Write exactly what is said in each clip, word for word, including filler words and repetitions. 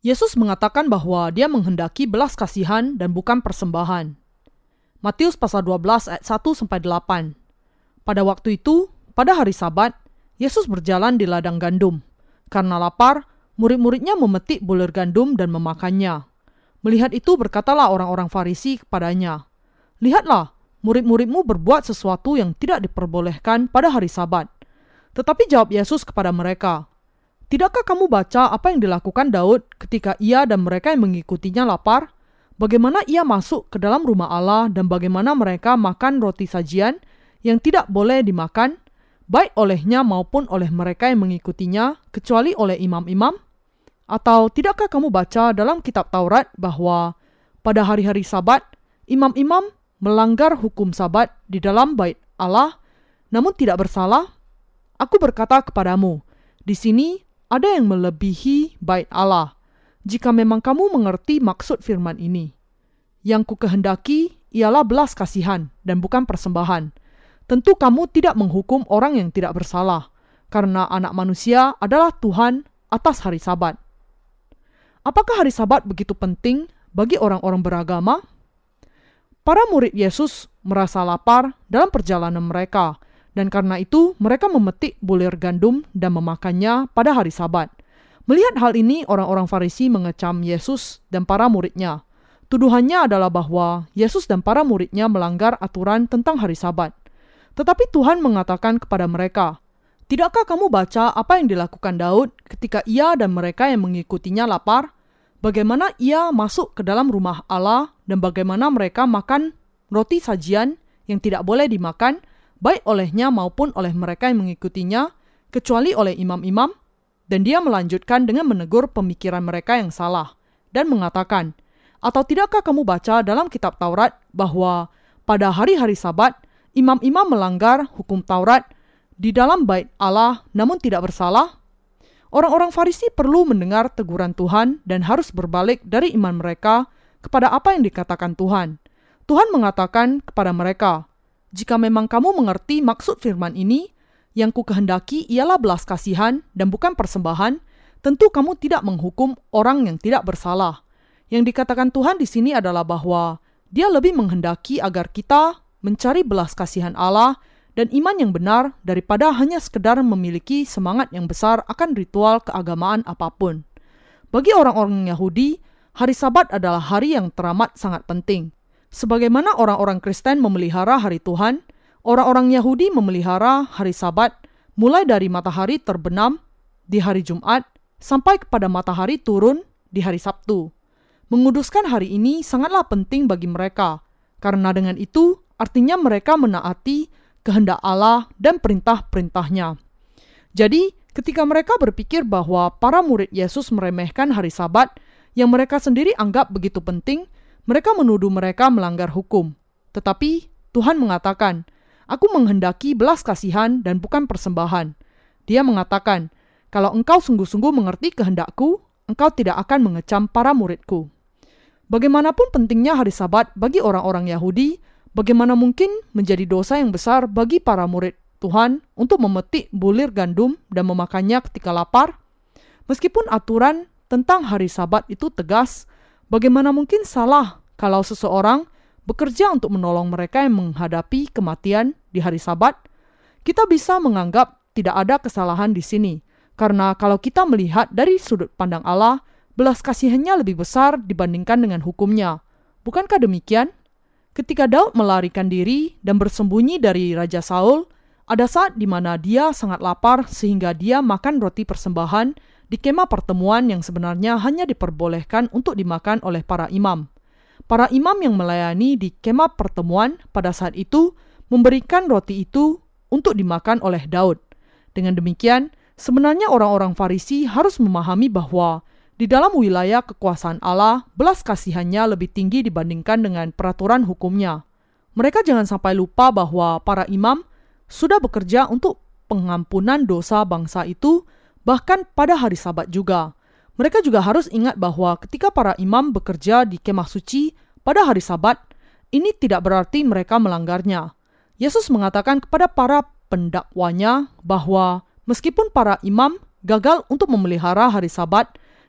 Yesus mengatakan bahwa dia menghendaki belas kasihan dan bukan persembahan. Matius pasal dua belas ayat satu sampai delapan. Pada waktu itu, pada hari Sabat, Yesus berjalan di ladang gandum. Karena lapar, murid-muridnya memetik bulir gandum dan memakannya. Melihat itu berkatalah orang-orang Farisi kepadanya, "Lihatlah, murid-muridmu berbuat sesuatu yang tidak diperbolehkan pada hari Sabat." Tetapi jawab Yesus kepada mereka, "Tidakkah kamu baca apa yang dilakukan Daud ketika ia dan mereka yang mengikutinya lapar? Bagaimana ia masuk ke dalam rumah Allah dan bagaimana mereka makan roti sajian yang tidak boleh dimakan, baik olehnya maupun oleh mereka yang mengikutinya, kecuali oleh imam-imam? Atau tidakkah kamu baca dalam kitab Taurat bahwa pada hari-hari Sabat, imam-imam melanggar hukum Sabat di dalam bait Allah, namun tidak bersalah? Aku berkata kepadamu, di sini ada yang melebihi bait Allah, jika memang kamu mengerti maksud firman ini. Yang ku kehendaki ialah belas kasihan dan bukan persembahan. Tentu kamu tidak menghukum orang yang tidak bersalah, karena anak manusia adalah Tuhan atas hari Sabat." Apakah hari Sabat begitu penting bagi orang-orang beragama? Para murid Yesus merasa lapar dalam perjalanan mereka, dan karena itu mereka memetik bulir gandum dan memakannya pada hari Sabat. Melihat hal ini, orang-orang Farisi mengecam Yesus dan para muridnya. Tuduhannya adalah bahwa Yesus dan para muridnya melanggar aturan tentang hari Sabat. Tetapi Tuhan mengatakan kepada mereka, "Tidakkah kamu baca apa yang dilakukan Daud ketika ia dan mereka yang mengikutinya lapar? Bagaimana ia masuk ke dalam rumah Allah dan bagaimana mereka makan roti sajian yang tidak boleh dimakan, baik olehnya maupun oleh mereka yang mengikutinya, kecuali oleh imam-imam?" Dan dia melanjutkan dengan menegur pemikiran mereka yang salah dan mengatakan, "Atau tidakkah kamu baca dalam kitab Taurat bahwa pada hari-hari Sabat, imam-imam melanggar hukum Taurat di dalam bait Allah namun tidak bersalah?" Orang-orang Farisi perlu mendengar teguran Tuhan dan harus berbalik dari iman mereka kepada apa yang dikatakan Tuhan. Tuhan mengatakan kepada mereka, "Jika memang kamu mengerti maksud firman ini, yang ku kehendaki ialah belas kasihan dan bukan persembahan, tentu kamu tidak menghukum orang yang tidak bersalah." Yang dikatakan Tuhan di sini adalah bahwa Dia lebih menghendaki agar kita mencari belas kasihan Allah dan iman yang benar daripada hanya sekedar memiliki semangat yang besar akan ritual keagamaan apapun. Bagi orang-orang Yahudi, hari Sabat adalah hari yang teramat sangat penting. Sebagaimana orang-orang Kristen memelihara hari Tuhan, orang-orang Yahudi memelihara hari Sabat mulai dari matahari terbenam di hari Jumat sampai kepada matahari turun di hari Sabtu. Menguduskan hari ini sangatlah penting bagi mereka, karena dengan itu artinya mereka menaati kehendak Allah dan perintah-perintahnya. Jadi, ketika mereka berpikir bahwa para murid Yesus meremehkan hari Sabat yang mereka sendiri anggap begitu penting, mereka menuduh mereka melanggar hukum. Tetapi Tuhan mengatakan, "Aku menghendaki belas kasihan dan bukan persembahan." Dia mengatakan, "Kalau engkau sungguh-sungguh mengerti kehendakku, engkau tidak akan mengecam para muridku." Bagaimanapun pentingnya hari Sabat bagi orang-orang Yahudi, bagaimana mungkin menjadi dosa yang besar bagi para murid Tuhan untuk memetik bulir gandum dan memakannya ketika lapar? Meskipun aturan tentang hari Sabat itu tegas, bagaimana mungkin salah kalau seseorang bekerja untuk menolong mereka yang menghadapi kematian di hari Sabat? Kita bisa menganggap tidak ada kesalahan di sini, karena kalau kita melihat dari sudut pandang Allah, belas kasihannya lebih besar dibandingkan dengan hukumnya. Bukankah demikian? Ketika Daud melarikan diri dan bersembunyi dari Raja Saul, ada saat di mana dia sangat lapar sehingga dia makan roti persembahan di kemah pertemuan yang sebenarnya hanya diperbolehkan untuk dimakan oleh para imam. Para imam yang melayani di kemah pertemuan pada saat itu memberikan roti itu untuk dimakan oleh Daud. Dengan demikian, sebenarnya orang-orang Farisi harus memahami bahwa di dalam wilayah kekuasaan Allah, belas kasihannya lebih tinggi dibandingkan dengan peraturan hukumnya. Mereka jangan sampai lupa bahwa para imam sudah bekerja untuk pengampunan dosa bangsa itu, bahkan pada hari Sabat juga. Mereka juga harus ingat bahwa ketika para imam bekerja di kemah suci pada hari Sabat, ini tidak berarti mereka melanggarnya. Yesus mengatakan kepada para pendakwanya bahwa meskipun para imam gagal untuk memelihara hari Sabat,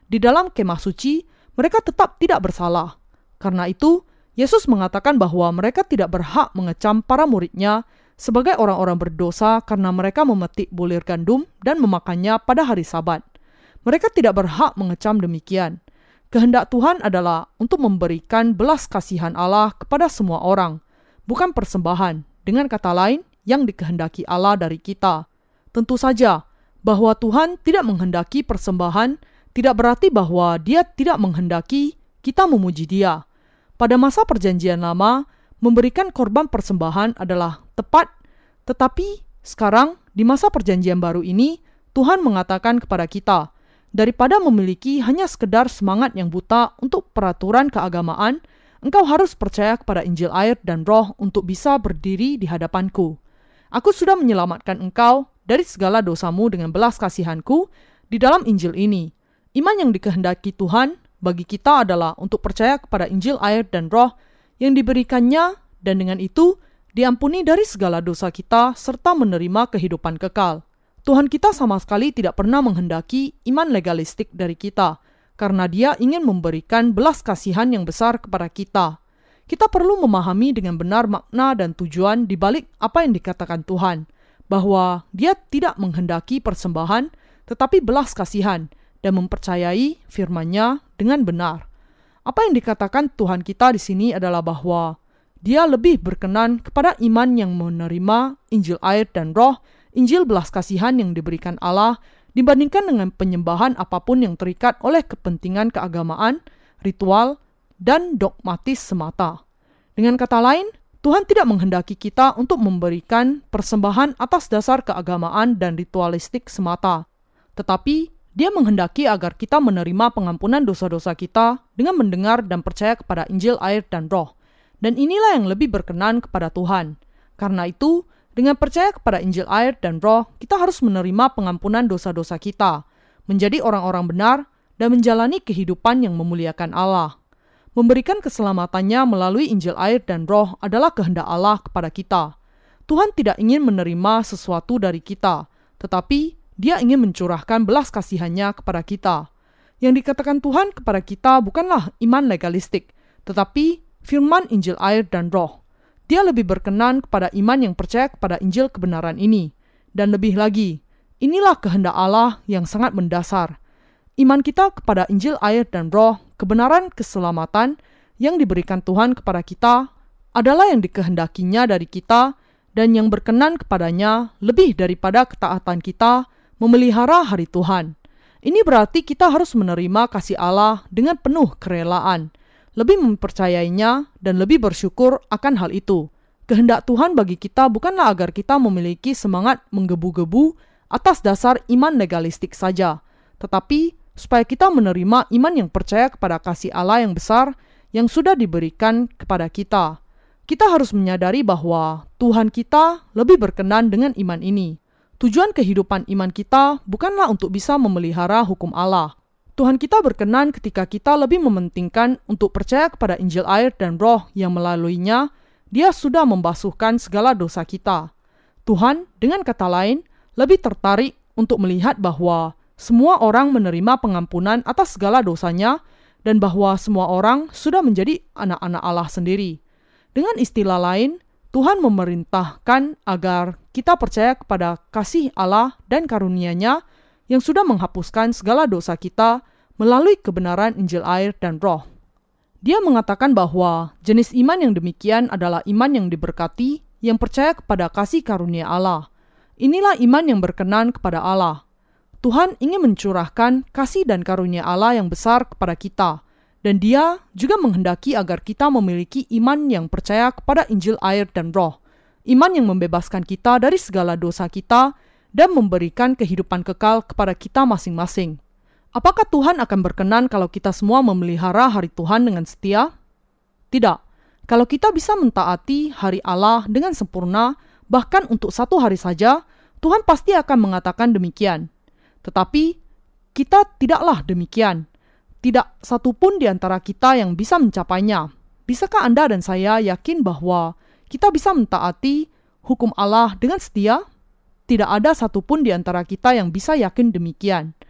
di dalam kemah suci, mereka tetap tidak bersalah. Karena itu, Yesus mengatakan bahwa mereka tidak berhak mengecam para muridnya sebagai orang-orang berdosa karena mereka memetik bulir gandum dan memakannya pada hari Sabat. Mereka tidak berhak mengecam demikian. Kehendak Tuhan adalah untuk memberikan belas kasihan Allah kepada semua orang, bukan persembahan, dengan kata lain, yang dikehendaki Allah dari kita. Tentu saja, bahwa Tuhan tidak menghendaki persembahan tidak berarti bahwa Dia tidak menghendaki kita memuji Dia. Pada masa Perjanjian Lama, memberikan korban persembahan adalah tepat, tetapi sekarang di masa Perjanjian Baru ini, Tuhan mengatakan kepada kita, daripada memiliki hanya sekedar semangat yang buta untuk peraturan keagamaan, engkau harus percaya kepada Injil air dan Roh untuk bisa berdiri di hadapanku. Aku sudah menyelamatkan engkau dari segala dosamu dengan belas kasihanku di dalam Injil ini. Iman yang dikehendaki Tuhan bagi kita adalah untuk percaya kepada Injil air dan Roh yang diberikannya, dan dengan itu diampuni dari segala dosa kita serta menerima kehidupan kekal. Tuhan kita sama sekali tidak pernah menghendaki iman legalistik dari kita, karena Dia ingin memberikan belas kasihan yang besar kepada kita. Kita perlu memahami dengan benar makna dan tujuan di balik apa yang dikatakan Tuhan, bahwa Dia tidak menghendaki persembahan, tetapi belas kasihan, dan mempercayai firman-Nya dengan benar. Apa yang dikatakan Tuhan kita di sini adalah bahwa Dia lebih berkenan kepada iman yang menerima Injil air dan Roh, Injil belas kasihan yang diberikan Allah, dibandingkan dengan penyembahan apapun yang terikat oleh kepentingan keagamaan, ritual, dan dogmatis semata. Dengan kata lain, Tuhan tidak menghendaki kita untuk memberikan persembahan atas dasar keagamaan dan ritualistik semata, tetapi Dia menghendaki agar kita menerima pengampunan dosa-dosa kita dengan mendengar dan percaya kepada Injil air dan Roh. Dan inilah yang lebih berkenan kepada Tuhan. Karena itu, dengan percaya kepada Injil air dan Roh, kita harus menerima pengampunan dosa-dosa kita, menjadi orang-orang benar, dan menjalani kehidupan yang memuliakan Allah. Memberikan keselamatannya melalui Injil air dan Roh adalah kehendak Allah kepada kita. Tuhan tidak ingin menerima sesuatu dari kita, tetapi Dia ingin mencurahkan belas kasihannya kepada kita. Yang dikatakan Tuhan kepada kita bukanlah iman legalistik, tetapi firman Injil air dan Roh. Dia lebih berkenan kepada iman yang percaya kepada Injil kebenaran ini. Dan lebih lagi, inilah kehendak Allah yang sangat mendasar. Iman kita kepada Injil air dan Roh, kebenaran keselamatan yang diberikan Tuhan kepada kita, adalah yang dikehendakinya dari kita, dan yang berkenan kepadanya lebih daripada ketaatan kita memelihara hari Tuhan. Ini berarti kita harus menerima kasih Allah dengan penuh kerelaan, lebih mempercayainya dan lebih bersyukur akan hal itu. Kehendak Tuhan bagi kita bukanlah agar kita memiliki semangat menggebu-gebu atas dasar iman legalistik saja, tetapi supaya kita menerima iman yang percaya kepada kasih Allah yang besar yang sudah diberikan kepada kita. Kita harus menyadari bahwa Tuhan kita lebih berkenan dengan iman ini. Tujuan kehidupan iman kita bukanlah untuk bisa memelihara hukum Allah. Tuhan kita berkenan ketika kita lebih mementingkan untuk percaya kepada Injil air dan Roh yang melaluinya, Dia sudah membasuhkan segala dosa kita. Tuhan, dengan kata lain, lebih tertarik untuk melihat bahwa semua orang menerima pengampunan atas segala dosanya dan bahwa semua orang sudah menjadi anak-anak Allah sendiri. Dengan istilah lain, Tuhan memerintahkan agar kita percaya kepada kasih Allah dan karunia-Nya yang sudah menghapuskan segala dosa kita melalui kebenaran Injil air dan Roh. Dia mengatakan bahwa jenis iman yang demikian adalah iman yang diberkati, yang percaya kepada kasih karunia Allah. Inilah iman yang berkenan kepada Allah. Tuhan ingin mencurahkan kasih dan karunia Allah yang besar kepada kita, dan Dia juga menghendaki agar kita memiliki iman yang percaya kepada Injil air dan Roh, iman yang membebaskan kita dari segala dosa kita dan memberikan kehidupan kekal kepada kita masing-masing. Apakah Tuhan akan berkenan kalau kita semua memelihara hari Tuhan dengan setia? Tidak. Kalau kita bisa mentaati hari Allah dengan sempurna, bahkan untuk satu hari saja, Tuhan pasti akan mengatakan demikian. Tetapi kita tidaklah demikian. Tidak satupun di antara kita yang bisa mencapainya. Bisakah Anda dan saya yakin bahwa kita bisa mentaati hukum Allah dengan setia? Tidak ada satupun di antara kita yang bisa yakin demikian.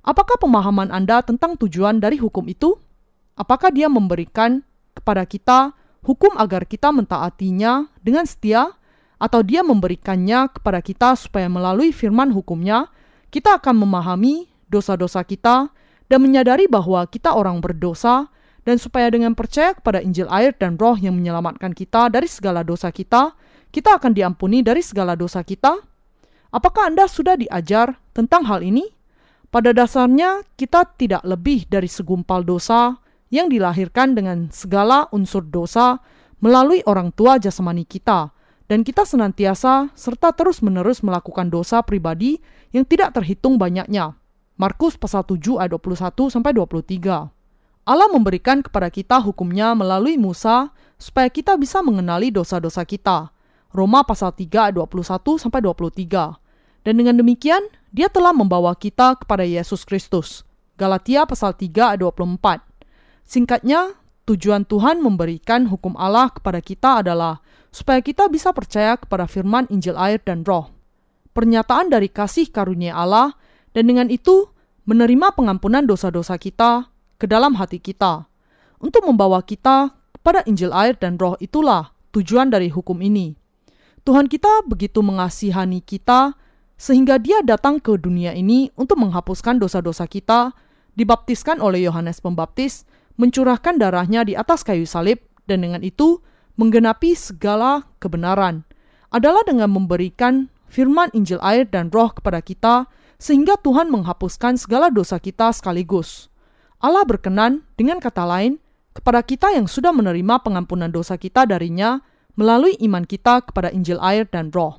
Apakah pemahaman Anda tentang tujuan dari hukum itu? Apakah dia memberikan kepada kita hukum agar kita mentaatinya dengan setia, atau dia memberikannya kepada kita supaya melalui firman hukumnya, kita akan memahami dosa-dosa kita dan menyadari bahwa kita orang berdosa, dan supaya dengan percaya kepada Injil air dan Roh yang menyelamatkan kita dari segala dosa kita, kita akan diampuni dari segala dosa kita? Apakah Anda sudah diajar tentang hal ini? Pada dasarnya, kita tidak lebih dari segumpal dosa yang dilahirkan dengan segala unsur dosa melalui orang tua jasmani kita, dan kita senantiasa serta terus-menerus melakukan dosa pribadi yang tidak terhitung banyaknya. Markus pasal tujuh ayat dua puluh satu sampai dua puluh tiga. Allah memberikan kepada kita hukumnya melalui Musa supaya kita bisa mengenali dosa-dosa kita. Roma pasal tiga ayat dua puluh satu sampai dua puluh tiga. Dan dengan demikian, dia telah membawa kita kepada Yesus Kristus. Galatia pasal tiga ayat dua puluh empat. Singkatnya, tujuan Tuhan memberikan hukum Allah kepada kita adalah supaya kita bisa percaya kepada firman Injil air dan Roh. Pernyataan dari kasih karunia Allah, dan dengan itu menerima pengampunan dosa-dosa kita ke dalam hati kita. Untuk membawa kita kepada Injil air dan Roh itulah tujuan dari hukum ini. Tuhan kita begitu mengasihani kita sehingga dia datang ke dunia ini untuk menghapuskan dosa-dosa kita, dibaptiskan oleh Yohanes Pembaptis, mencurahkan darahnya di atas kayu salib, dan dengan itu menggenapi segala kebenaran. Adalah dengan memberikan firman Injil air dan Roh kepada kita, sehingga Tuhan menghapuskan segala dosa kita sekaligus. Allah berkenan, dengan kata lain, kepada kita yang sudah menerima pengampunan dosa kita darinya melalui iman kita kepada Injil air dan Roh.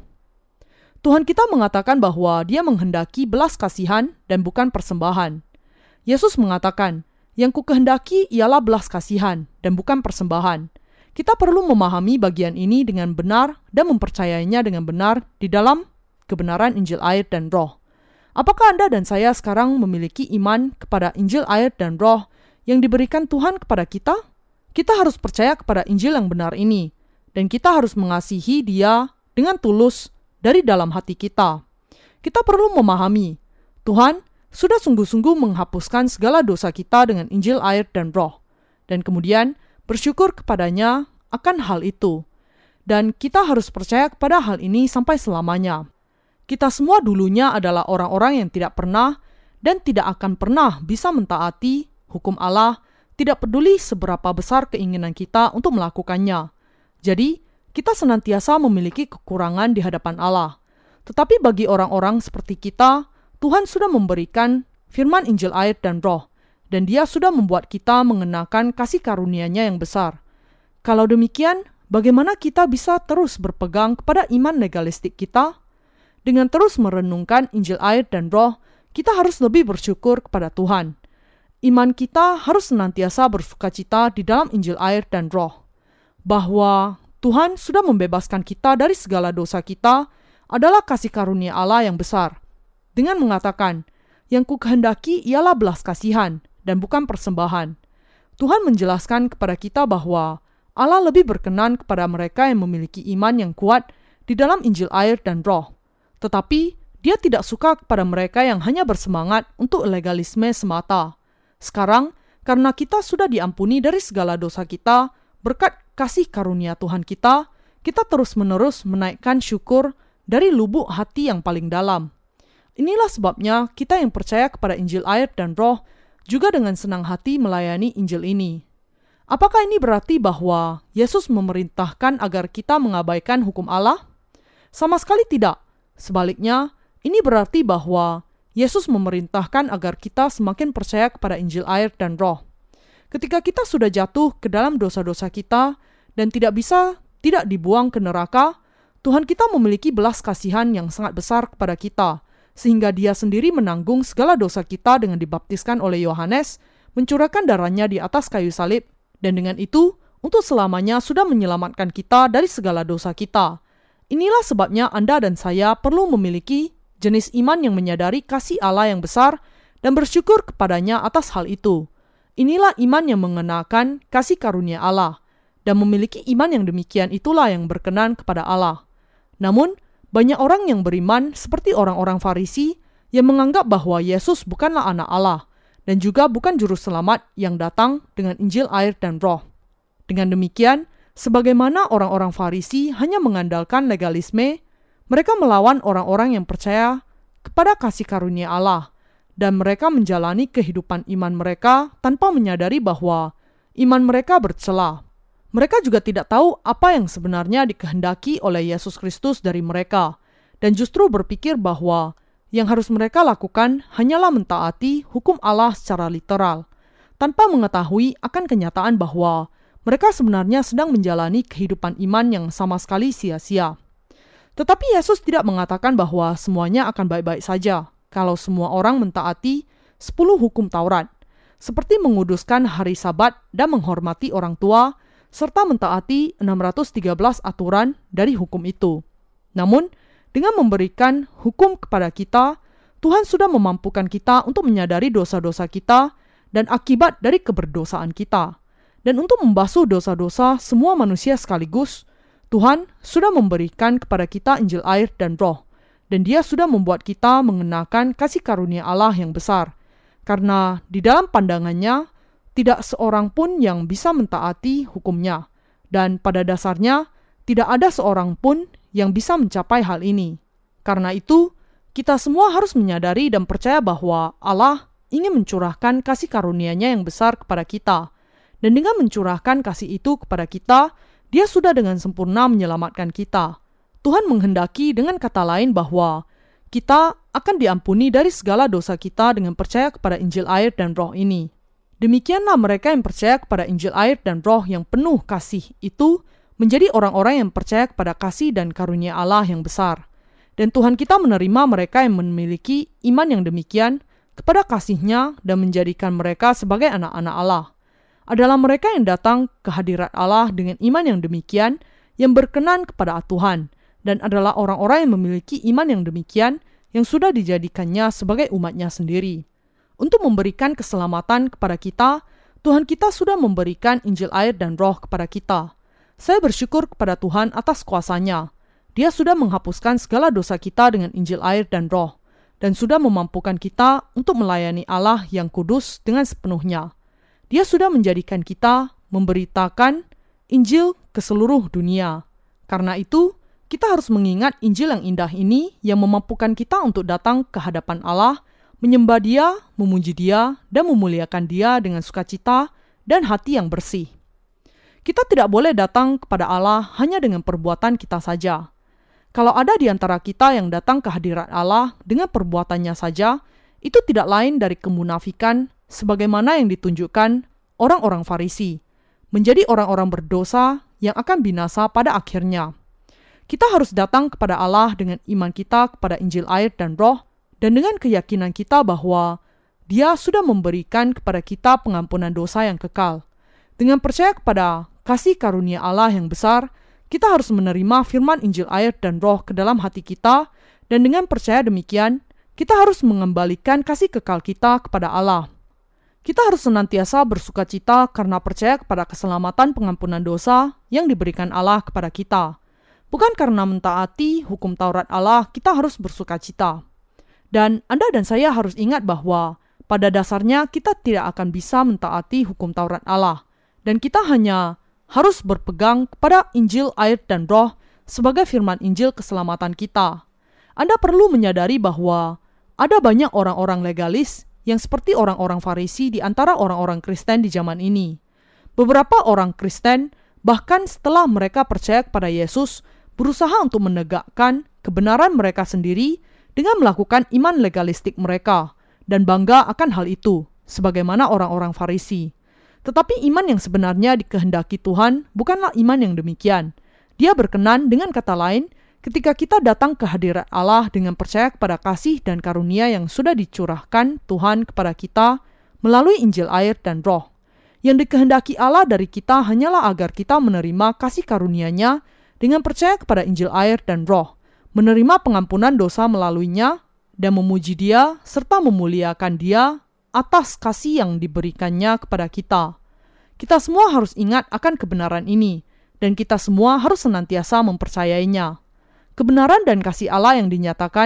Tuhan kita mengatakan bahwa dia menghendaki belas kasihan dan bukan persembahan. Yesus mengatakan, yang kukehendaki ialah belas kasihan dan bukan persembahan. Kita perlu memahami bagian ini dengan benar dan mempercayainya dengan benar di dalam kebenaran Injil air dan Roh. Apakah Anda dan saya sekarang memiliki iman kepada Injil air dan Roh yang diberikan Tuhan kepada kita? Kita harus percaya kepada Injil yang benar ini, dan kita harus mengasihi Dia dengan tulus dari dalam hati kita. Kita perlu memahami, Tuhan sudah sungguh-sungguh menghapuskan segala dosa kita dengan Injil air dan Roh, dan kemudian bersyukur kepadanya akan hal itu. Dan kita harus percaya kepada hal ini sampai selamanya. Kita semua dulunya adalah orang-orang yang tidak pernah dan tidak akan pernah bisa mentaati hukum Allah, tidak peduli seberapa besar keinginan kita untuk melakukannya. Jadi, kita senantiasa memiliki kekurangan di hadapan Allah. Tetapi bagi orang-orang seperti kita, Tuhan sudah memberikan firman Injil air dan Roh, dan Dia sudah membuat kita mengenakan kasih karunia-Nya yang besar. Kalau demikian, bagaimana kita bisa terus berpegang kepada iman legalistik kita? Dengan terus merenungkan Injil air dan Roh, kita harus lebih bersyukur kepada Tuhan. Iman kita harus senantiasa bersukacita di dalam Injil air dan Roh, bahwa Tuhan sudah membebaskan kita dari segala dosa kita adalah kasih karunia Allah yang besar. Dengan mengatakan, yang kukehendaki ialah belas kasihan dan bukan persembahan. Tuhan menjelaskan kepada kita bahwa Allah lebih berkenan kepada mereka yang memiliki iman yang kuat di dalam Injil air dan Roh. Tetapi Dia tidak suka kepada mereka yang hanya bersemangat untuk legalisme semata. Sekarang, karena kita sudah diampuni dari segala dosa kita, berkat kasih karunia Tuhan kita, kita terus-menerus menaikkan syukur dari lubuk hati yang paling dalam. Inilah sebabnya kita yang percaya kepada Injil air dan Roh juga dengan senang hati melayani Injil ini. Apakah ini berarti bahwa Yesus memerintahkan agar kita mengabaikan hukum Allah? Sama sekali tidak. Sebaliknya, ini berarti bahwa Yesus memerintahkan agar kita semakin percaya kepada Injil air dan Roh. Ketika kita sudah jatuh ke dalam dosa-dosa kita dan tidak bisa tidak dibuang ke neraka, Tuhan kita memiliki belas kasihan yang sangat besar kepada kita, sehingga Dia sendiri menanggung segala dosa kita dengan dibaptiskan oleh Yohanes, mencurahkan darahnya di atas kayu salib, dan dengan itu, untuk selamanya sudah menyelamatkan kita dari segala dosa kita. Inilah sebabnya Anda dan saya perlu memiliki jenis iman yang menyadari kasih Allah yang besar dan bersyukur kepadanya atas hal itu. Inilah iman yang mengenakan kasih karunia Allah, dan memiliki iman yang demikian itulah yang berkenan kepada Allah. Namun, banyak orang yang beriman seperti orang-orang Farisi yang menganggap bahwa Yesus bukanlah anak Allah dan juga bukan juru selamat yang datang dengan Injil air dan Roh. Dengan demikian, sebagaimana orang-orang Farisi hanya mengandalkan legalisme, mereka melawan orang-orang yang percaya kepada kasih karunia Allah, dan mereka menjalani kehidupan iman mereka tanpa menyadari bahwa iman mereka bercela. Mereka juga tidak tahu apa yang sebenarnya dikehendaki oleh Yesus Kristus dari mereka, dan justru berpikir bahwa yang harus mereka lakukan hanyalah mentaati hukum Allah secara literal, tanpa mengetahui akan kenyataan bahwa mereka sebenarnya sedang menjalani kehidupan iman yang sama sekali sia-sia. Tetapi Yesus tidak mengatakan bahwa semuanya akan baik-baik saja kalau semua orang mentaati sepuluh hukum Taurat, seperti menguduskan hari Sabat dan menghormati orang tua, serta mentaati enam ratus tiga belas aturan dari hukum itu. Namun, dengan memberikan hukum kepada kita, Tuhan sudah memampukan kita untuk menyadari dosa-dosa kita dan akibat dari keberdosaan kita. Dan untuk membasuh dosa-dosa semua manusia sekaligus, Tuhan sudah memberikan kepada kita Injil air dan Roh, dan Dia sudah membuat kita mengenakan kasih karunia Allah yang besar. Karena di dalam pandangannya, tidak seorang pun yang bisa mentaati hukumnya, dan pada dasarnya tidak ada seorang pun yang bisa mencapai hal ini. Karena itu, kita semua harus menyadari dan percaya bahwa Allah ingin mencurahkan kasih karunia-Nya yang besar kepada kita. Dan dengan mencurahkan kasih itu kepada kita, Dia sudah dengan sempurna menyelamatkan kita. Tuhan menghendaki dengan kata lain bahwa kita akan diampuni dari segala dosa kita dengan percaya kepada Injil air dan Roh ini. Demikianlah mereka yang percaya kepada Injil air dan Roh yang penuh kasih itu menjadi orang-orang yang percaya kepada kasih dan karunia Allah yang besar. Dan Tuhan kita menerima mereka yang memiliki iman yang demikian kepada kasih-Nya dan menjadikan mereka sebagai anak-anak Allah. Adalah mereka yang datang ke hadirat Allah dengan iman yang demikian yang berkenan kepada Tuhan, dan adalah orang-orang yang memiliki iman yang demikian yang sudah dijadikannya sebagai umat-Nya sendiri. Untuk memberikan keselamatan kepada kita, Tuhan kita sudah memberikan Injil air dan Roh kepada kita. Saya bersyukur kepada Tuhan atas kuasa-Nya. Dia sudah menghapuskan segala dosa kita dengan Injil air dan Roh, dan sudah memampukan kita untuk melayani Allah yang kudus dengan sepenuhnya. Dia sudah menjadikan kita memberitakan Injil ke seluruh dunia. Karena itu, kita harus mengingat Injil yang indah ini yang memampukan kita untuk datang ke hadapan Allah, menyembah Dia, memuji Dia, dan memuliakan Dia dengan sukacita dan hati yang bersih. Kita tidak boleh datang kepada Allah hanya dengan perbuatan kita saja. Kalau ada di antara kita yang datang ke hadirat Allah dengan perbuatannya saja, itu tidak lain dari kemunafikan sebagaimana yang ditunjukkan orang-orang Farisi, menjadi orang-orang berdosa yang akan binasa pada akhirnya. Kita harus datang kepada Allah dengan iman kita kepada Injil air dan Roh, dan dengan keyakinan kita bahwa Dia sudah memberikan kepada kita pengampunan dosa yang kekal. Dengan percaya kepada kasih karunia Allah yang besar, kita harus menerima firman Injil air dan Roh ke dalam hati kita, dan dengan percaya demikian, kita harus mengembalikan kasih kekal kita kepada Allah. Kita harus senantiasa bersukacita karena percaya kepada keselamatan pengampunan dosa yang diberikan Allah kepada kita. Bukan karena mentaati hukum Taurat Allah, kita harus bersukacita. Dan Anda dan saya harus ingat bahwa pada dasarnya kita tidak akan bisa mentaati hukum Taurat Allah, dan kita hanya harus berpegang kepada Injil air dan Roh sebagai firman Injil keselamatan kita. Anda perlu menyadari bahwa ada banyak orang-orang legalis yang seperti orang-orang Farisi di antara orang-orang Kristen di zaman ini. Beberapa orang Kristen, bahkan setelah mereka percaya kepada Yesus, berusaha untuk menegakkan kebenaran mereka sendiri dengan melakukan iman legalistik mereka, dan bangga akan hal itu, sebagaimana orang-orang Farisi. Tetapi iman yang sebenarnya dikehendaki Tuhan bukanlah iman yang demikian. Dia berkenan, dengan kata lain, ketika kita datang ke hadirat Allah dengan percaya kepada kasih dan karunia yang sudah dicurahkan Tuhan kepada kita melalui Injil air dan Roh. Yang dikehendaki Allah dari kita hanyalah agar kita menerima kasih karunia-Nya dengan percaya kepada Injil air dan Roh, menerima pengampunan dosa melaluinya, dan memuji Dia serta memuliakan Dia atas kasih yang diberikannya kepada kita. Kita semua harus ingat akan kebenaran ini, dan kita semua harus senantiasa mempercayainya. Kebenaran dan kasih Allah yang dinyatakan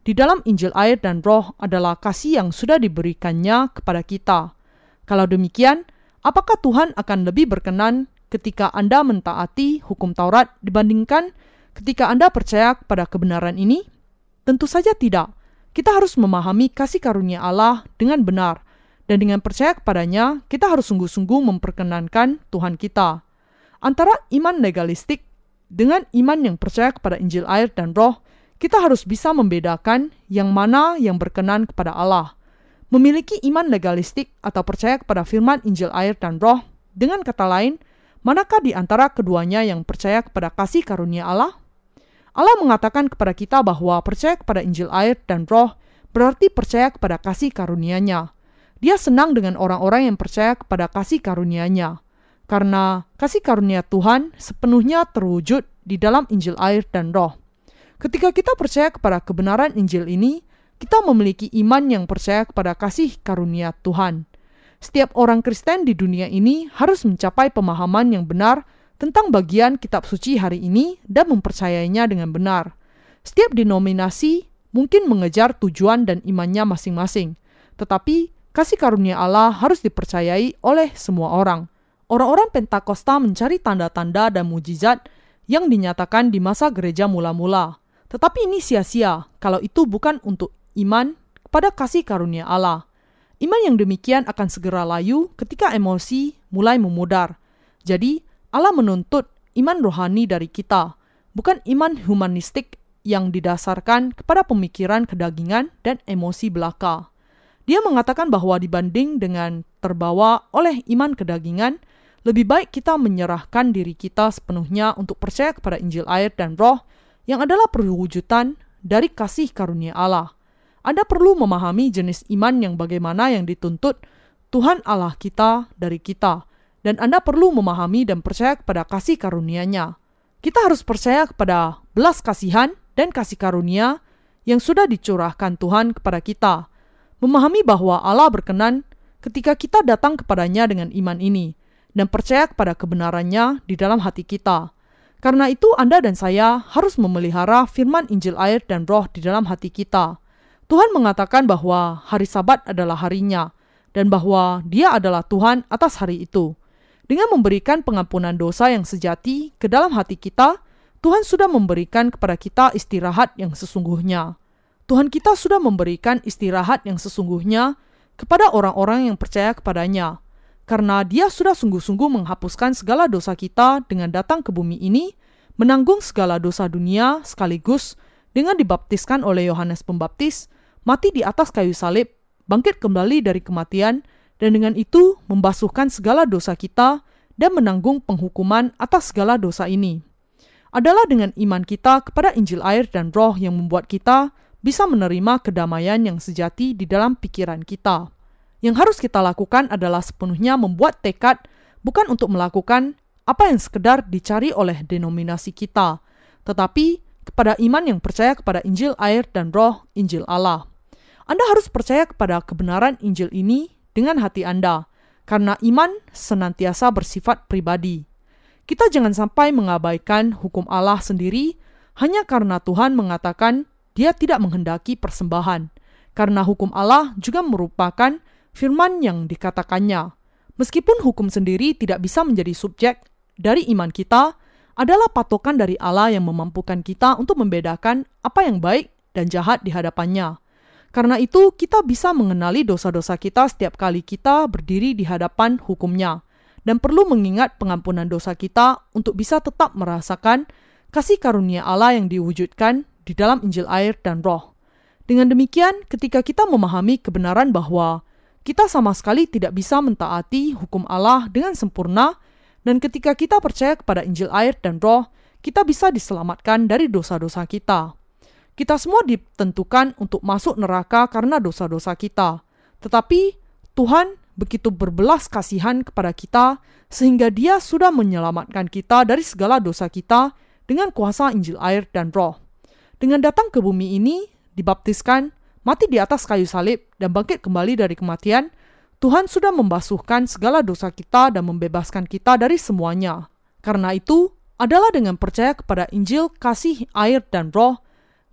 di dalam Injil air dan roh adalah kasih yang sudah diberikannya kepada kita. Kalau demikian, apakah Tuhan akan lebih berkenan ketika Anda mentaati hukum Taurat dibandingkan ketika Anda percaya kepada kebenaran ini? Tentu saja tidak. Kita harus memahami kasih karunia Allah dengan benar, dan dengan percaya kepadanya, kita harus sungguh-sungguh memperkenankan Tuhan kita. Antara iman legalistik dengan iman yang percaya kepada Injil air dan roh, kita harus bisa membedakan yang mana yang berkenan kepada Allah. Memiliki iman legalistik atau percaya kepada firman Injil air dan roh, dengan kata lain, manakah di antara keduanya yang percaya kepada kasih karunia Allah? Allah mengatakan kepada kita bahwa percaya kepada Injil air dan roh berarti percaya kepada kasih karunia-Nya. Dia senang dengan orang-orang yang percaya kepada kasih karunia-Nya, karena kasih karunia Tuhan sepenuhnya terwujud di dalam Injil air dan roh. Ketika kita percaya kepada kebenaran Injil ini, kita memiliki iman yang percaya kepada kasih karunia Tuhan. Setiap orang Kristen di dunia ini harus mencapai pemahaman yang benar tentang bagian kitab suci hari ini dan mempercayainya dengan benar. Setiap denominasi mungkin mengejar tujuan dan imannya masing-masing, tetapi kasih karunia Allah harus dipercayai oleh semua orang. Orang-orang Pentakosta mencari tanda-tanda dan mujizat yang dinyatakan di masa gereja mula-mula. Tetapi ini sia-sia kalau itu bukan untuk iman kepada kasih karunia Allah. Iman yang demikian akan segera layu ketika emosi mulai memudar. Jadi, Allah menuntut iman rohani dari kita, bukan iman humanistik yang didasarkan kepada pemikiran kedagingan dan emosi belaka. Dia mengatakan bahwa dibanding dengan terbawa oleh iman kedagingan, lebih baik kita menyerahkan diri kita sepenuhnya untuk percaya kepada Injil air dan roh, yang adalah perwujudan dari kasih karunia Allah. Anda perlu memahami jenis iman yang bagaimana yang dituntut Tuhan Allah kita dari kita, dan Anda perlu memahami dan percaya kepada kasih karunia-Nya. Kita harus percaya kepada belas kasihan dan kasih karunia yang sudah dicurahkan Tuhan kepada kita. Memahami bahwa Allah berkenan ketika kita datang kepadanya dengan iman ini, dan percaya kepada kebenarannya di dalam hati kita. Karena itu Anda dan saya harus memelihara firman Injil air dan roh di dalam hati kita. Tuhan mengatakan bahwa hari Sabat adalah harinya, dan bahwa Dia adalah Tuhan atas hari itu. Dengan memberikan pengampunan dosa yang sejati ke dalam hati kita, Tuhan sudah memberikan kepada kita istirahat yang sesungguhnya. Tuhan kita sudah memberikan istirahat yang sesungguhnya kepada orang-orang yang percaya kepadanya. Karena Dia sudah sungguh-sungguh menghapuskan segala dosa kita dengan datang ke bumi ini, menanggung segala dosa dunia sekaligus dengan dibaptiskan oleh Yohanes Pembaptis, mati di atas kayu salib, bangkit kembali dari kematian, dan dengan itu membasuhkan segala dosa kita dan menanggung penghukuman atas segala dosa ini. Adalah dengan iman kita kepada Injil air dan roh yang membuat kita bisa menerima kedamaian yang sejati di dalam pikiran kita. Yang harus kita lakukan adalah sepenuhnya membuat tekad bukan untuk melakukan apa yang sekedar dicari oleh denominasi kita, tetapi kepada iman yang percaya kepada Injil air dan roh, Injil Allah. Anda harus percaya kepada kebenaran Injil ini dengan hati Anda, karena iman senantiasa bersifat pribadi. Kita jangan sampai mengabaikan hukum Allah sendiri hanya karena Tuhan mengatakan Dia tidak menghendaki persembahan, karena hukum Allah juga merupakan firman yang dikatakannya. Meskipun hukum sendiri tidak bisa menjadi subjek dari iman kita, adalah patokan dari Allah yang memampukan kita untuk membedakan apa yang baik dan jahat di hadapannya. Karena itu, kita bisa mengenali dosa-dosa kita setiap kali kita berdiri di hadapan hukumnya, dan perlu mengingat pengampunan dosa kita untuk bisa tetap merasakan kasih karunia Allah yang diwujudkan di dalam Injil air dan roh. Dengan demikian, ketika kita memahami kebenaran bahwa kita sama sekali tidak bisa mentaati hukum Allah dengan sempurna, dan ketika kita percaya kepada Injil air dan roh, kita bisa diselamatkan dari dosa-dosa kita. Kita semua ditentukan untuk masuk neraka karena dosa-dosa kita. Tetapi Tuhan begitu berbelas kasihan kepada kita, sehingga Dia sudah menyelamatkan kita dari segala dosa kita dengan kuasa Injil air dan roh. Dengan datang ke bumi ini, dibaptiskan, mati di atas kayu salib, dan bangkit kembali dari kematian, Tuhan sudah membasuhkan segala dosa kita dan membebaskan kita dari semuanya. Karena itu, adalah dengan percaya kepada Injil kasih air dan roh,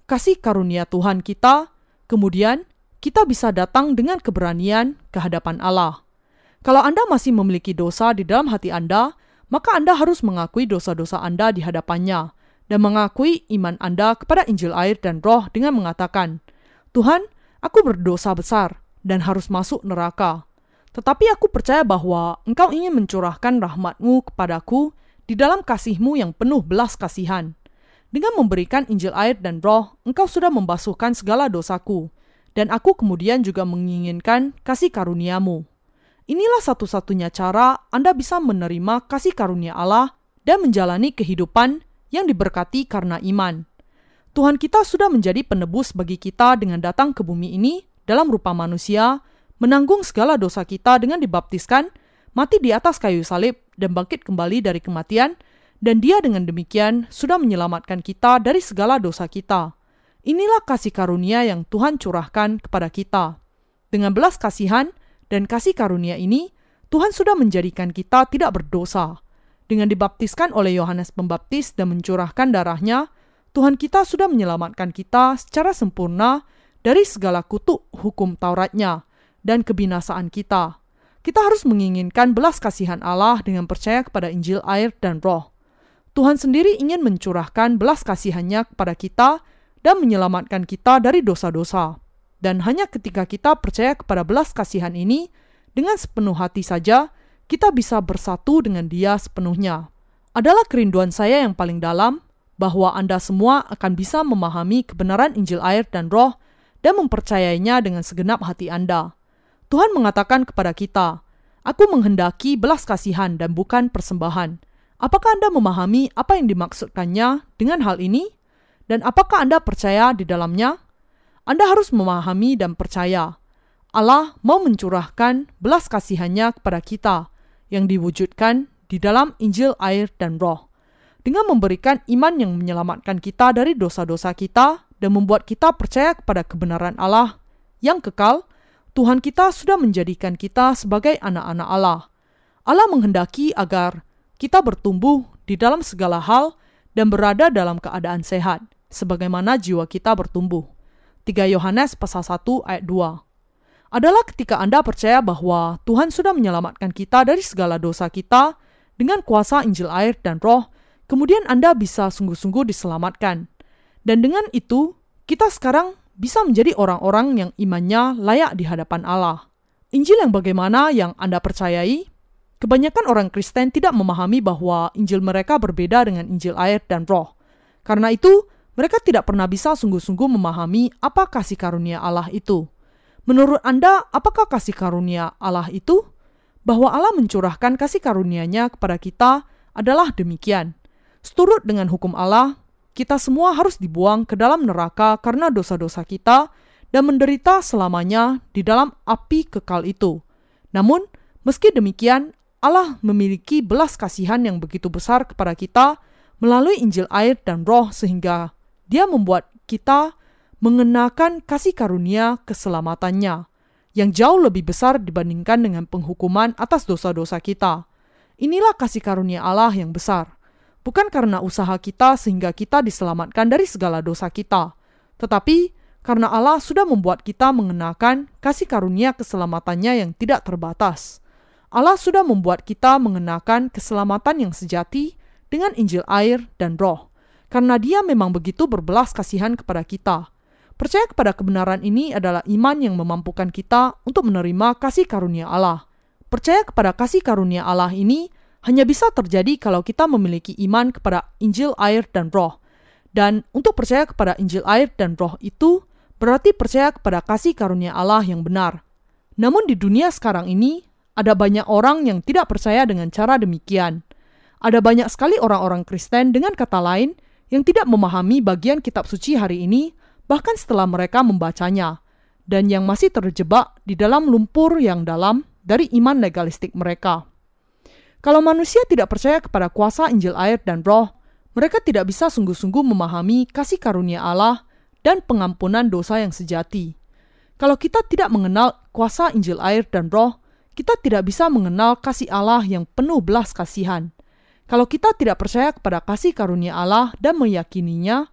kasih karunia Tuhan kita, kemudian kita bisa datang dengan keberanian ke hadapan Allah. Kalau Anda masih memiliki dosa di dalam hati Anda, maka Anda harus mengakui dosa-dosa Anda di hadapannya dan mengakui iman Anda kepada Injil air dan Roh dengan mengatakan, Tuhan, aku berdosa besar dan harus masuk neraka. Tetapi aku percaya bahwa Engkau ingin mencurahkan rahmat-Mu kepadaku di dalam kasih-Mu yang penuh belas kasihan. Dengan memberikan Injil air dan Roh, Engkau sudah membasuhkan segala dosaku, dan aku kemudian juga menginginkan kasih karunia-Mu. Inilah satu-satunya cara Anda bisa menerima kasih karunia Allah dan menjalani kehidupan yang diberkati karena iman. Tuhan kita sudah menjadi penebus bagi kita dengan datang ke bumi ini dalam rupa manusia, menanggung segala dosa kita dengan dibaptiskan, mati di atas kayu salib, dan bangkit kembali dari kematian, dan Dia dengan demikian sudah menyelamatkan kita dari segala dosa kita. Inilah kasih karunia yang Tuhan curahkan kepada kita. Dengan belas kasihan dan kasih karunia ini, Tuhan sudah menjadikan kita tidak berdosa. Dengan dibaptiskan oleh Yohanes Pembaptis dan mencurahkan darahnya, Tuhan kita sudah menyelamatkan kita secara sempurna dari segala kutuk hukum Tauratnya dan kebinasaan kita. Kita harus menginginkan belas kasihan Allah dengan percaya kepada Injil air dan Roh. Tuhan sendiri ingin mencurahkan belas kasihan-Nya kepada kita dan menyelamatkan kita dari dosa-dosa. Dan hanya ketika kita percaya kepada belas kasihan ini, dengan sepenuh hati saja, kita bisa bersatu dengan Dia sepenuhnya. Adalah kerinduan saya yang paling dalam, bahwa Anda semua akan bisa memahami kebenaran Injil air dan Roh dan mempercayainya dengan segenap hati Anda. Tuhan mengatakan kepada kita, Aku menghendaki belas kasihan dan bukan persembahan. Apakah Anda memahami apa yang dimaksudkannya dengan hal ini? Dan apakah Anda percaya di dalamnya? Anda harus memahami dan percaya. Allah mau mencurahkan belas kasihan-Nya kepada kita yang diwujudkan di dalam Injil air dan Roh. Dengan memberikan iman yang menyelamatkan kita dari dosa-dosa kita dan membuat kita percaya kepada kebenaran Allah yang kekal, Tuhan kita sudah menjadikan kita sebagai anak-anak Allah. Allah menghendaki agar kita bertumbuh di dalam segala hal dan berada dalam keadaan sehat, sebagaimana jiwa kita bertumbuh. tiga Yohanes pasal satu ayat dua. Adalah ketika Anda percaya bahwa Tuhan sudah menyelamatkan kita dari segala dosa kita dengan kuasa Injil air dan Roh, kemudian Anda bisa sungguh-sungguh diselamatkan. Dan dengan itu, kita sekarang bisa menjadi orang-orang yang imannya layak di hadapan Allah. Injil yang bagaimana yang Anda percayai? Kebanyakan orang Kristen tidak memahami bahwa Injil mereka berbeda dengan Injil air dan Roh. Karena itu, mereka tidak pernah bisa sungguh-sungguh memahami apa kasih karunia Allah itu. Menurut Anda, apakah kasih karunia Allah itu? Bahwa Allah mencurahkan kasih karunia-Nya kepada kita adalah demikian. Seturut dengan hukum Allah, kita semua harus dibuang ke dalam neraka karena dosa-dosa kita dan menderita selamanya di dalam api kekal itu. Namun, meski demikian, Allah memiliki belas kasihan yang begitu besar kepada kita melalui Injil air dan Roh sehingga Dia membuat kita mengenakan kasih karunia keselamatannya yang jauh lebih besar dibandingkan dengan penghukuman atas dosa-dosa kita. Inilah kasih karunia Allah yang besar. Bukan karena usaha kita sehingga kita diselamatkan dari segala dosa kita, tetapi karena Allah sudah membuat kita mengenakan kasih karunia keselamatannya yang tidak terbatas. Allah sudah membuat kita mengenakan keselamatan yang sejati dengan Injil air dan Roh, karena Dia memang begitu berbelas kasihan kepada kita. Percaya kepada kebenaran ini adalah iman yang memampukan kita untuk menerima kasih karunia Allah. Percaya kepada kasih karunia Allah ini hanya bisa terjadi kalau kita memiliki iman kepada Injil air dan Roh. Dan untuk percaya kepada Injil air dan Roh itu berarti percaya kepada kasih karunia Allah yang benar. Namun di dunia sekarang ini, ada banyak orang yang tidak percaya dengan cara demikian. Ada banyak sekali orang-orang Kristen dengan kata lain yang tidak memahami bagian kitab suci hari ini, bahkan setelah mereka membacanya, dan yang masih terjebak di dalam lumpur yang dalam dari iman legalistik mereka. Kalau manusia tidak percaya kepada kuasa Injil air dan Roh, mereka tidak bisa sungguh-sungguh memahami kasih karunia Allah dan pengampunan dosa yang sejati. Kalau kita tidak mengenal kuasa Injil air dan Roh, kita tidak bisa mengenal kasih Allah yang penuh belas kasihan. Kalau kita tidak percaya kepada kasih karunia Allah dan meyakininya,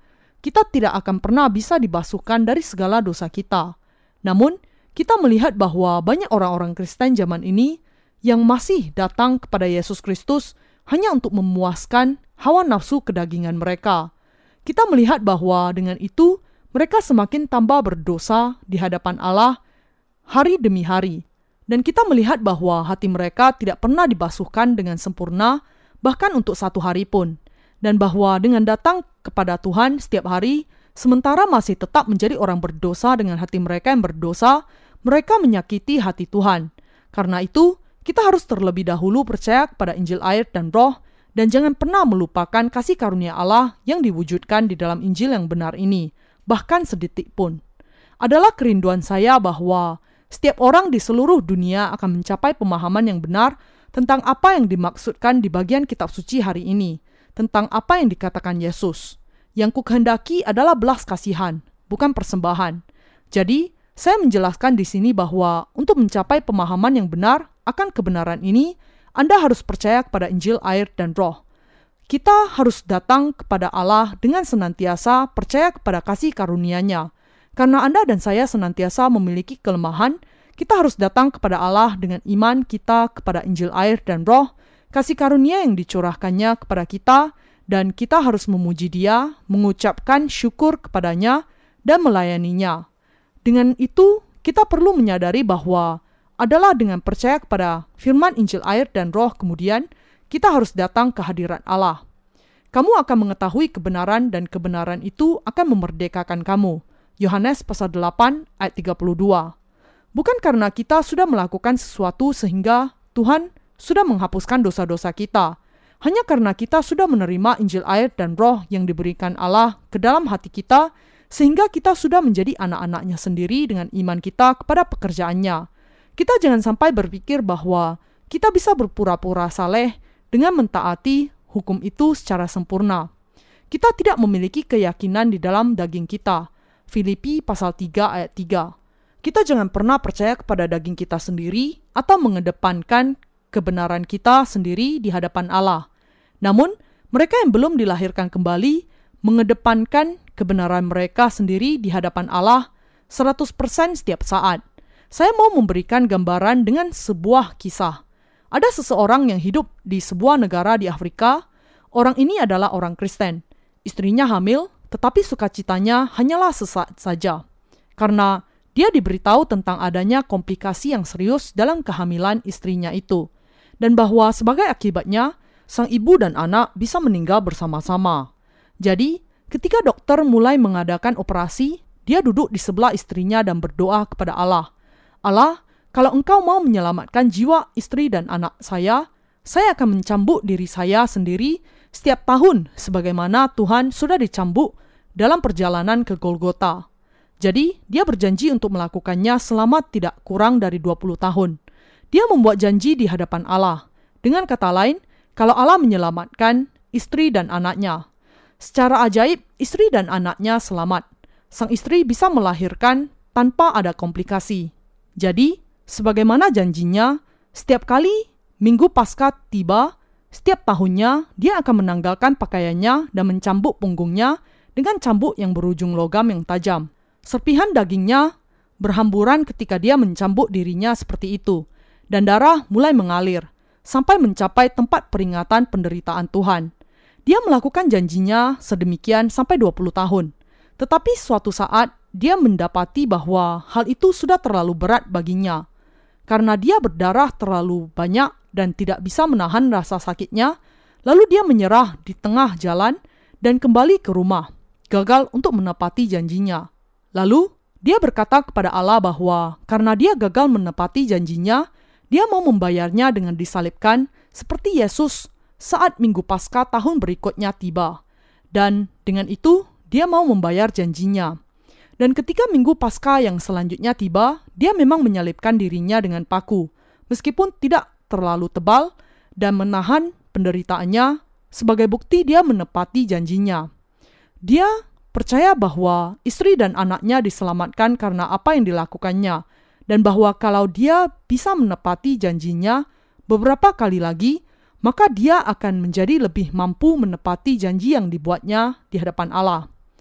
kita tidak akan pernah bisa dibasuhkan dari segala dosa kita. Namun, kita melihat bahwa banyak orang-orang Kristen zaman ini yang masih datang kepada Yesus Kristus hanya untuk memuaskan hawa nafsu kedagingan mereka. Kita melihat bahwa dengan itu mereka semakin tambah berdosa di hadapan Allah hari demi hari. Dan kita melihat bahwa hati mereka tidak pernah dibasuhkan dengan sempurna, bahkan untuk satu hari pun. Dan bahwa dengan datang kepada Tuhan setiap hari, sementara masih tetap menjadi orang berdosa dengan hati mereka yang berdosa, mereka menyakiti hati Tuhan. Karena itu, kita harus terlebih dahulu percaya kepada Injil air dan roh, dan jangan pernah melupakan kasih karunia Allah yang diwujudkan di dalam Injil yang benar ini, bahkan sedetik pun. Adalah kerinduan saya bahwa setiap orang di seluruh dunia akan mencapai pemahaman yang benar tentang apa yang dimaksudkan di bagian kitab suci hari ini, tentang apa yang dikatakan Yesus. Yang kukehendaki adalah belas kasihan, bukan persembahan. Jadi, saya menjelaskan di sini bahwa untuk mencapai pemahaman yang benar akan kebenaran ini, Anda harus percaya kepada Injil air dan roh. Kita harus datang kepada Allah dengan senantiasa percaya kepada kasih karunia-Nya. Karena Anda dan saya senantiasa memiliki kelemahan, kita harus datang kepada Allah dengan iman kita kepada Injil air dan roh, kasih karunia yang dicurahkannya kepada kita, dan kita harus memuji Dia, mengucapkan syukur kepadanya, dan melayaninya. Dengan itu, kita perlu menyadari bahwa adalah dengan percaya kepada firman Injil air dan roh kemudian, kita harus datang ke hadirat Allah. Kamu akan mengetahui kebenaran dan kebenaran itu akan memerdekakan kamu. Yohanes pasal delapan ayat tiga puluh dua. Bukan karena kita sudah melakukan sesuatu sehingga Tuhan sudah menghapuskan dosa-dosa kita. Hanya karena kita sudah menerima Injil air dan roh yang diberikan Allah ke dalam hati kita, sehingga kita sudah menjadi anak-anaknya sendiri dengan iman kita kepada pekerjaannya. Kita jangan sampai berpikir bahwa kita bisa berpura-pura saleh dengan mentaati hukum itu secara sempurna. Kita tidak memiliki keyakinan di dalam daging kita. Filipi pasal tiga ayat tiga. Kita jangan pernah percaya kepada daging kita sendiri atau mengedepankan kebenaran kita sendiri di hadapan Allah. Namun, mereka yang belum dilahirkan kembali mengedepankan kebenaran mereka sendiri di hadapan Allah seratus persen setiap saat. Saya mau memberikan gambaran dengan sebuah kisah. Ada seseorang yang hidup di sebuah negara di Afrika. Orang ini adalah orang Kristen. Istrinya hamil, tetapi sukacitanya hanyalah sesaat saja. Karena dia diberitahu tentang adanya komplikasi yang serius dalam kehamilan istrinya itu. Dan bahwa sebagai akibatnya, sang ibu dan anak bisa meninggal bersama-sama. Jadi, ketika dokter mulai mengadakan operasi, dia duduk di sebelah istrinya dan berdoa kepada Allah. Allah, kalau Engkau mau menyelamatkan jiwa istri dan anak saya, saya akan mencambuk diri saya sendiri setiap tahun sebagaimana Tuhan sudah dicambuk dalam perjalanan ke Golgota. Jadi, dia berjanji untuk melakukannya selama tidak kurang dari dua puluh tahun. Dia membuat janji di hadapan Allah. Dengan kata lain, kalau Allah menyelamatkan istri dan anaknya. Secara ajaib, istri dan anaknya selamat. Sang istri bisa melahirkan tanpa ada komplikasi. Jadi, sebagaimana janjinya, setiap kali Minggu Paskah tiba, setiap tahunnya dia akan menanggalkan pakaiannya dan mencambuk punggungnya dengan cambuk yang berujung logam yang tajam. Serpihan dagingnya berhamburan ketika dia mencambuk dirinya seperti itu, dan darah mulai mengalir sampai mencapai tempat peringatan penderitaan Tuhan. Dia melakukan janjinya sedemikian sampai dua puluh tahun. Tetapi suatu saat dia mendapati bahwa hal itu sudah terlalu berat baginya. Karena dia berdarah terlalu banyak dan tidak bisa menahan rasa sakitnya, lalu dia menyerah di tengah jalan dan kembali ke rumah, gagal untuk menepati janjinya. Lalu dia berkata kepada Allah bahwa karena dia gagal menepati janjinya, dia mau membayarnya dengan disalibkan seperti Yesus saat Minggu Paskah tahun berikutnya tiba. Dan dengan itu, dia mau membayar janjinya. Dan ketika Minggu Paskah yang selanjutnya tiba, dia memang menyalibkan dirinya dengan paku, meskipun tidak terlalu tebal, dan menahan penderitaannya sebagai bukti dia menepati janjinya. Dia percaya bahwa istri dan anaknya diselamatkan karena apa yang dilakukannya, dan bahwa kalau dia bisa menepati janjinya beberapa kali lagi, maka dia akan menjadi lebih mampu menepati janji yang dibuatnya di hadapan Allah.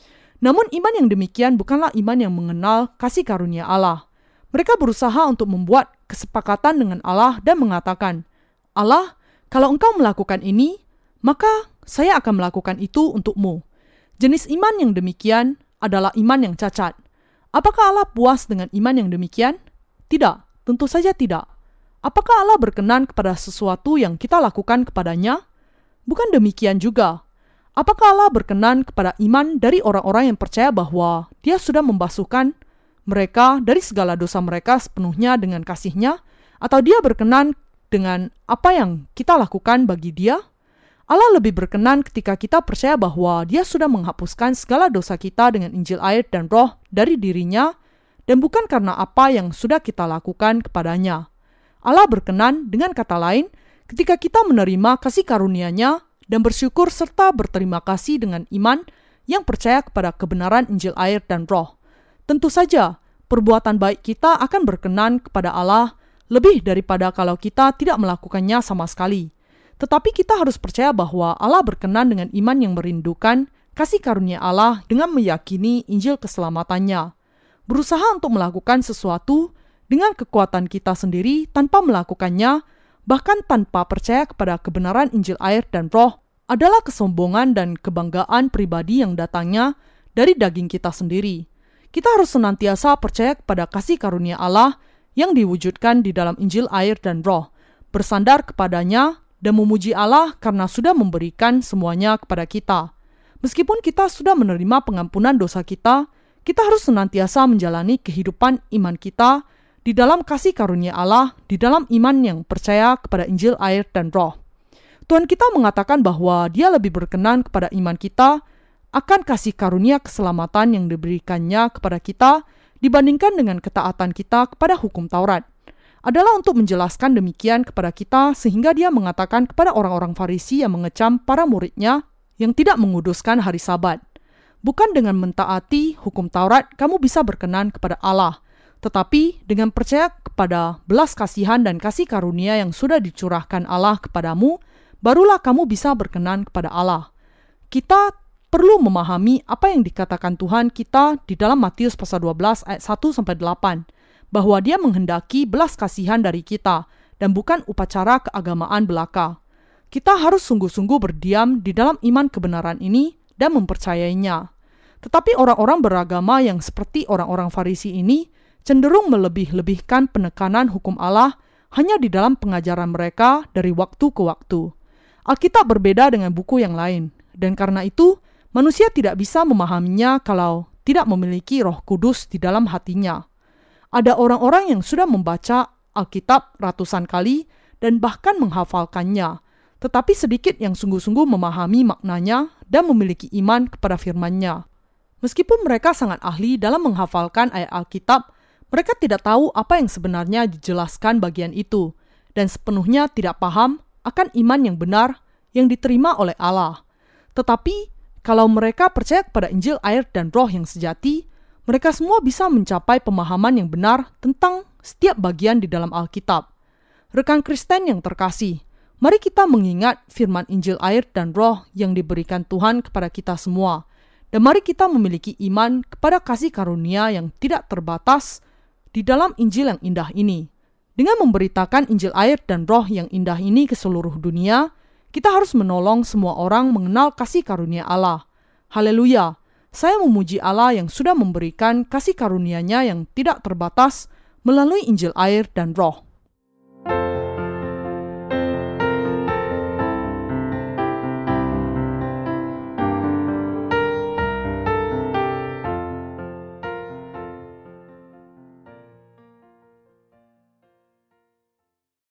Namun iman yang demikian bukanlah iman yang mengenal kasih karunia Allah. Mereka berusaha untuk membuat kesepakatan dengan Allah dan mengatakan, Allah, kalau engkau melakukan ini, maka saya akan melakukan itu untukmu. Jenis iman yang demikian adalah iman yang cacat. Apakah Allah puas dengan iman yang demikian? Tidak, tentu saja tidak. Apakah Allah berkenan kepada sesuatu yang kita lakukan kepadanya? Bukan demikian juga. Apakah Allah berkenan kepada iman dari orang-orang yang percaya bahwa Dia sudah membasuhkan mereka dari segala dosa mereka sepenuhnya dengan kasih-Nya, atau Dia berkenan dengan apa yang kita lakukan bagi Dia? Allah lebih berkenan ketika kita percaya bahwa Dia sudah menghapuskan segala dosa kita dengan Injil air dan Roh dari diri-Nya, dan bukan karena apa yang sudah kita lakukan kepadanya. Allah berkenan, dengan kata lain, ketika kita menerima kasih karunia-Nya dan bersyukur serta berterima kasih dengan iman yang percaya kepada kebenaran Injil air dan Roh. Tentu saja, perbuatan baik kita akan berkenan kepada Allah lebih daripada kalau kita tidak melakukannya sama sekali. Tetapi kita harus percaya bahwa Allah berkenan dengan iman yang merindukan kasih karunia Allah dengan meyakini Injil keselamatannya. Berusaha untuk melakukan sesuatu dengan kekuatan kita sendiri tanpa melakukannya, bahkan tanpa percaya kepada kebenaran Injil air dan Roh, adalah kesombongan dan kebanggaan pribadi yang datangnya dari daging kita sendiri. Kita harus senantiasa percaya kepada kasih karunia Allah yang diwujudkan di dalam Injil air dan Roh, bersandar kepadanya dan memuji Allah karena sudah memberikan semuanya kepada kita. Meskipun kita sudah menerima pengampunan dosa kita, kita harus senantiasa menjalani kehidupan iman kita di dalam kasih karunia Allah, di dalam iman yang percaya kepada Injil air dan Roh. Tuhan kita mengatakan bahwa Dia lebih berkenan kepada iman kita akan kasih karunia keselamatan yang diberikannya kepada kita dibandingkan dengan ketaatan kita kepada hukum Taurat. Adalah untuk menjelaskan demikian kepada kita sehingga Dia mengatakan kepada orang-orang Farisi yang mengecam para muridnya yang tidak menguduskan hari Sabat. Bukan dengan mentaati hukum Taurat kamu bisa berkenan kepada Allah, tetapi dengan percaya kepada belas kasihan dan kasih karunia yang sudah dicurahkan Allah kepadamu, barulah kamu bisa berkenan kepada Allah. Kita perlu memahami apa yang dikatakan Tuhan kita di dalam Matius pasal dua belas ayat satu sampai delapan, bahwa Dia menghendaki belas kasihan dari kita dan bukan upacara keagamaan belaka. Kita harus sungguh-sungguh berdiam di dalam iman kebenaran ini dan mempercayainya. Tetapi orang-orang beragama yang seperti orang-orang Farisi ini cenderung melebih-lebihkan penekanan hukum Allah hanya di dalam pengajaran mereka dari waktu ke waktu. Alkitab berbeda dengan buku yang lain, dan karena itu manusia tidak bisa memahaminya kalau tidak memiliki Roh Kudus di dalam hatinya. Ada orang-orang yang sudah membaca Alkitab ratusan kali dan bahkan menghafalkannya, tetapi sedikit yang sungguh-sungguh memahami maknanya dan memiliki iman kepada firman-Nya. Meskipun mereka sangat ahli dalam menghafalkan ayat Alkitab, mereka tidak tahu apa yang sebenarnya dijelaskan bagian itu, dan sepenuhnya tidak paham akan iman yang benar yang diterima oleh Allah. Tetapi, kalau mereka percaya kepada Injil air dan Roh yang sejati, mereka semua bisa mencapai pemahaman yang benar tentang setiap bagian di dalam Alkitab. Rekan Kristen yang terkasih, mari kita mengingat firman Injil air dan Roh yang diberikan Tuhan kepada kita semua, dan mari kita memiliki iman kepada kasih karunia yang tidak terbatas di dalam Injil yang indah ini. Dengan memberitakan Injil air dan Roh yang indah ini ke seluruh dunia, kita harus menolong semua orang mengenal kasih karunia Allah. Haleluya! Saya memuji Allah yang sudah memberikan kasih karunia-Nya yang tidak terbatas melalui Injil air dan Roh.